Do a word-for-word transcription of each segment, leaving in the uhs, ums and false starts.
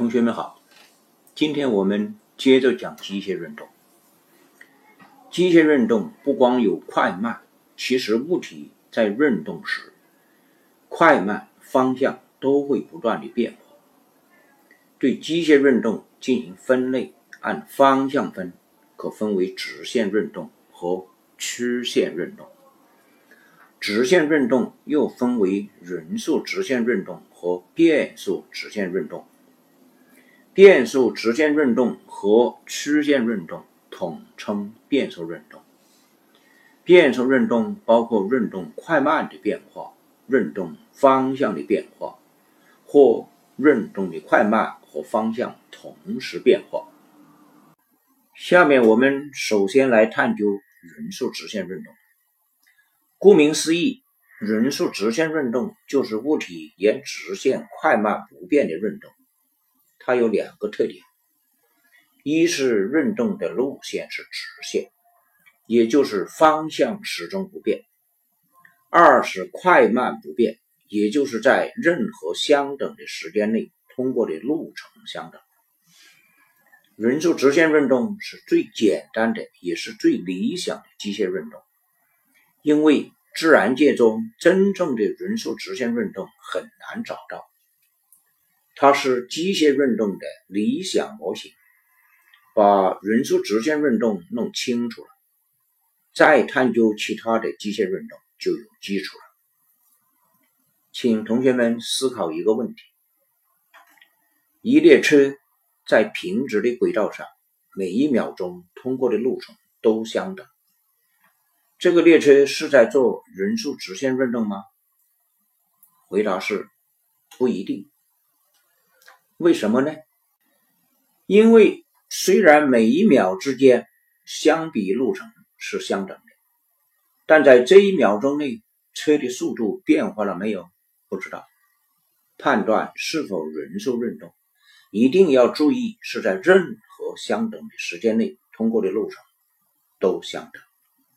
同学们好，今天我们接着讲机械运动。机械运动不光有快慢，其实物体在运动时，快慢方向都会不断的变化。对机械运动进行分类，按方向分，可分为直线运动和曲线运动。直线运动又分为匀速直线运动和变速直线运动。变速直线运动和曲线运动统称变速运动。变速运动包括运动快慢的变化、运动方向的变化，或运动的快慢和方向同时变化。下面我们首先来探究匀速直线运动。顾名思义，匀速直线运动就是物体沿直线快慢不变的运动。它有两个特点，一是运动的路线是直线，也就是方向始终不变；二是快慢不变，也就是在任何相等的时间内通过的路程相等。匀速直线运动是最简单的，也是最理想的机械运动，因为自然界中真正的匀速直线运动很难找到。它是机械运动的理想模型，把匀速直线运动弄清楚了，再探究其他的机械运动就有基础了。请同学们思考一个问题：一列车在平直的轨道上，每一秒钟通过的路程都相等，这个列车是在做匀速直线运动吗？回答是不一定。为什么呢？因为虽然每一秒之间相比路程是相等的，但在这一秒钟内车的速度变化了没有？不知道。判断是否匀速运动，一定要注意是在任何相等的时间内通过的路程都相等。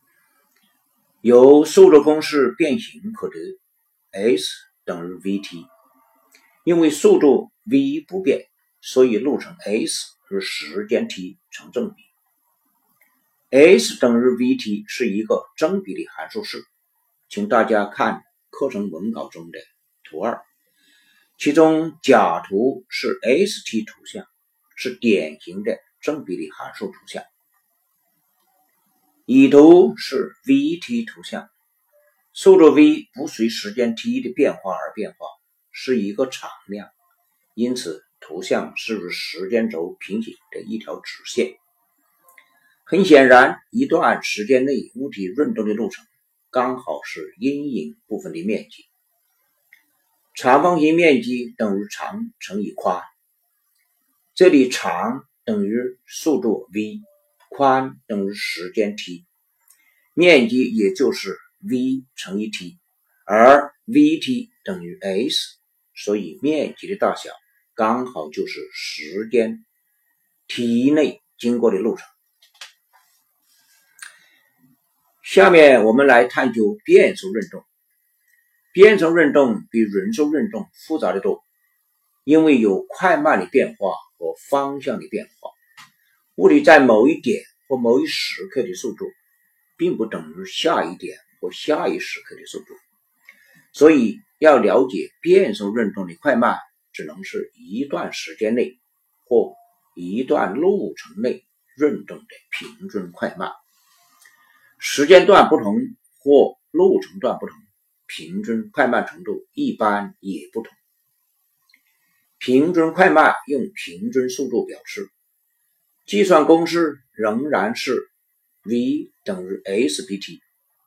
由速度公式变形可得 S 等于 vt， 因为速度 v 不变，所以路程 s 与时间 t 成正比。s 等于 vt 是一个正比例函数式，请大家看课程文稿中的图二，其中甲图是 st 图像，是典型的正比例函数图像。乙图是 vt 图像，速度 v 不随时间 t 的变化而变化，是一个常量，因此图像是与时间轴平行的一条直线。很显然，一段时间内物体运动的路程刚好是阴影部分的面积。长方形面积等于长乘以宽，这里长等于速度 v， 宽等于时间 t， 面积也就是 v 乘以 t， 而 vt 等于 s， 所以面积的大小刚好就是时间 t 内经过的路程。下面我们来探究变速运动。变速运动比匀速运动复杂的多，因为有快慢的变化和方向的变化。物体在某一点或某一时刻的速度，并不等于下一点或下一时刻的速度，所以要了解变速运动的快慢，只能是一段时间内或一段路程内运动的平均快慢。时间段不同或路程段不同，平均快慢程度一般也不同。平均快慢用平均速度表示，计算公式仍然是 v 等于 spt。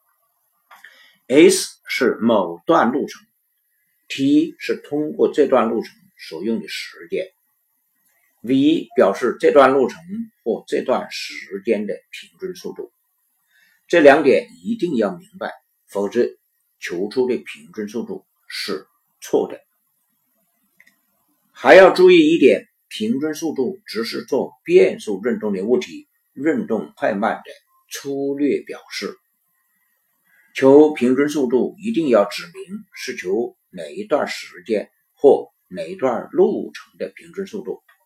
s 是某段路程， t 是通过这段路程所用的时间， v 表示这段路程或这段时间的平均速度。这两点一定要明白，否则求出的平均速度是错的。还要注意一点，平均速度只是做变速运动的物体运动快慢的粗略表示。求平均速度一定要指明是求哪一段时间或哪一段路程的平均速度，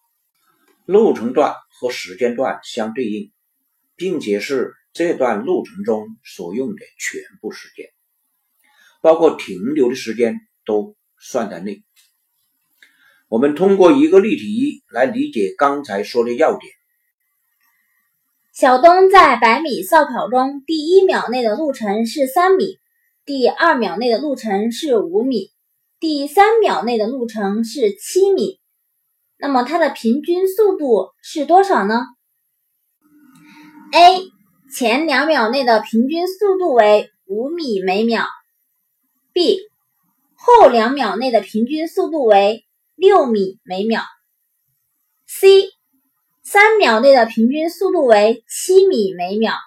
路程段和时间段相对应，并且是这段路程中所用的全部时间，包括停留的时间都算在内。我们通过一个例题来理解刚才说的要点。 小东在百米赛跑中，第一秒内的路程是三米，第二秒内的路程是五米，第三秒内的路程是七米。那么它的平均速度是多少呢？ A. 前两秒内的平均速度为五米每秒。 B. 后两秒内的平均速度为六米每秒。 C. 三秒内的平均速度为七米每秒。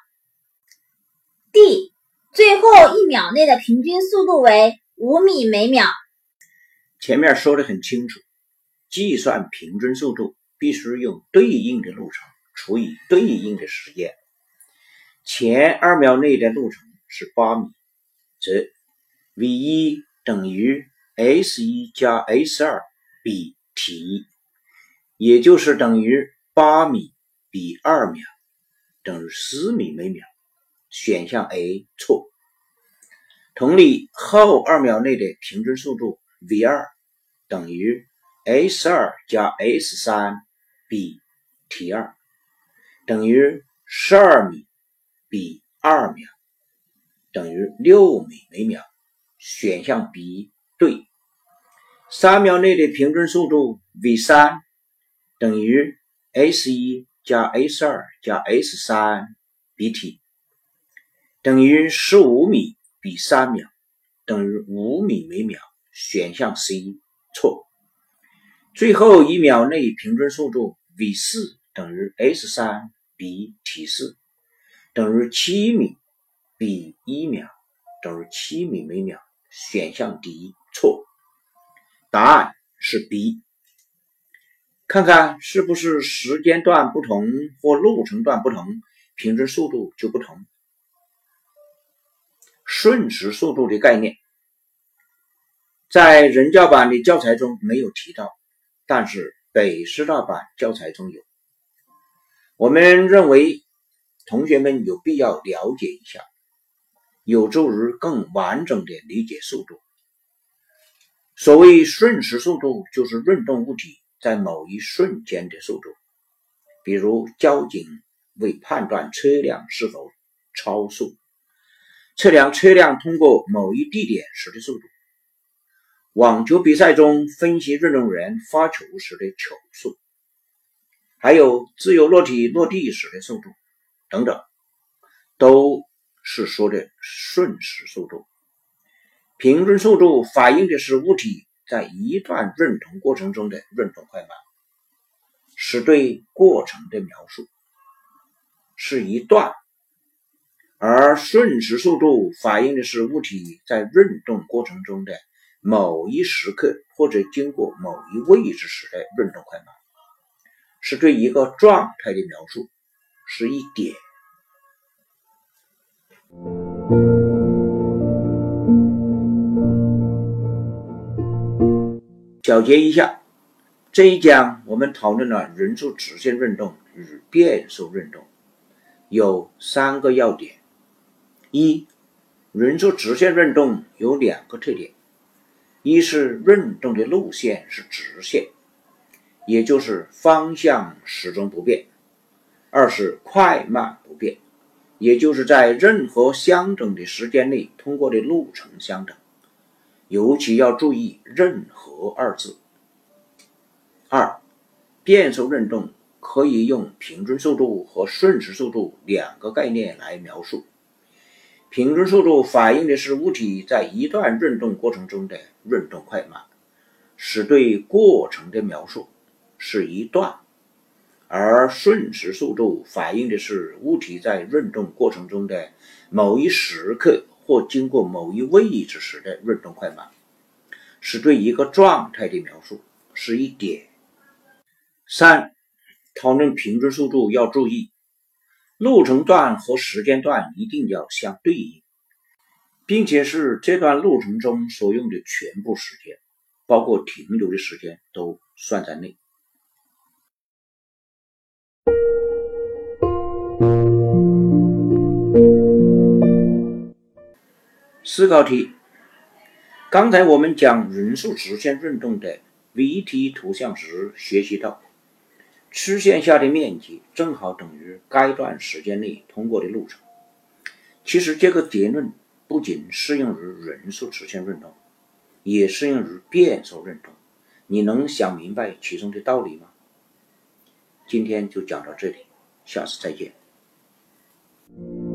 D. 最后一秒内的平均速度为五米每秒。 前面说得很清楚，计算平均速度必须用对应的路程除以对应的时间。前二秒内的路程是八米，则 V 一 等于 S 一 加 S 二 比 T 一， 也就是等于八米比二秒等于四米每秒，选项 A 错。同理，后二秒内的平均速度 V 二 等于 S 二 加 S 三 比 T 二， 等于十二米比二秒等于六米每秒，选项 B 对。三秒内的平均速度 V 三 等于 S 一 加 S 二 加 S 三 比 T， 等于十五米比三秒等于五米每秒，选项 C 错。最后一秒内平均速度 V 四 等于 S 三 比 T 四， 等于七米比一秒等于七米每秒，选项 D 错。答案是 B。 看看是不是时间段不同或路程段不同，平均速度就不同。瞬时速度的概念在人教版的教材中没有提到，但是北师大版教材中有。我们认为同学们有必要了解一下，有助于更完整的理解速度。所谓瞬时速度，就是运动物体在某一瞬间的速度。比如交警为判断车辆是否超速，测量车辆通过某一地点时的速度。网球比赛中分析运动员发球时的球速，还有自由落体落地时的速度等等，都是说的瞬时速度。平均速度反映的是物体在一段运动过程中的运动快慢，是对过程的描述，是一段。而瞬时速度反映的是物体在运动过程中的某一时刻或者经过某一位置时的运动快慢，是对一个状态的描述，是一点。小结一下，这一讲我们讨论了人数直线运动与变速运动，有三个要点。一，人数直线运动有两个特点，一是运动的路线是直线，也就是方向始终不变；二是快慢不变，也就是在任何相等的时间内通过的路程相等，尤其要注意任何二字。二，变速运动可以用平均速度和瞬时速度两个概念来描述。平均速度反映的是物体在一段运动过程中的运动快慢，是对过程的描述，是一段。而瞬时速度反映的是物体在运动过程中的某一时刻或经过某一位置时的运动快慢，是对一个状态的描述，是一点。三，讨论平均速度要注意，路程段和时间段一定要相对应，并且是这段路程中所用的全部时间，包括停留的时间都算在内。 思考题：刚才我们讲人数直线运动的 V T 图像时学习到，曲线下的面积正好等于该段时间内通过的路程。其实这个结论不仅适用于人数直线运动，也适用于变数运动。你能想明白其中的道理吗？今天就讲到这里，下次再见。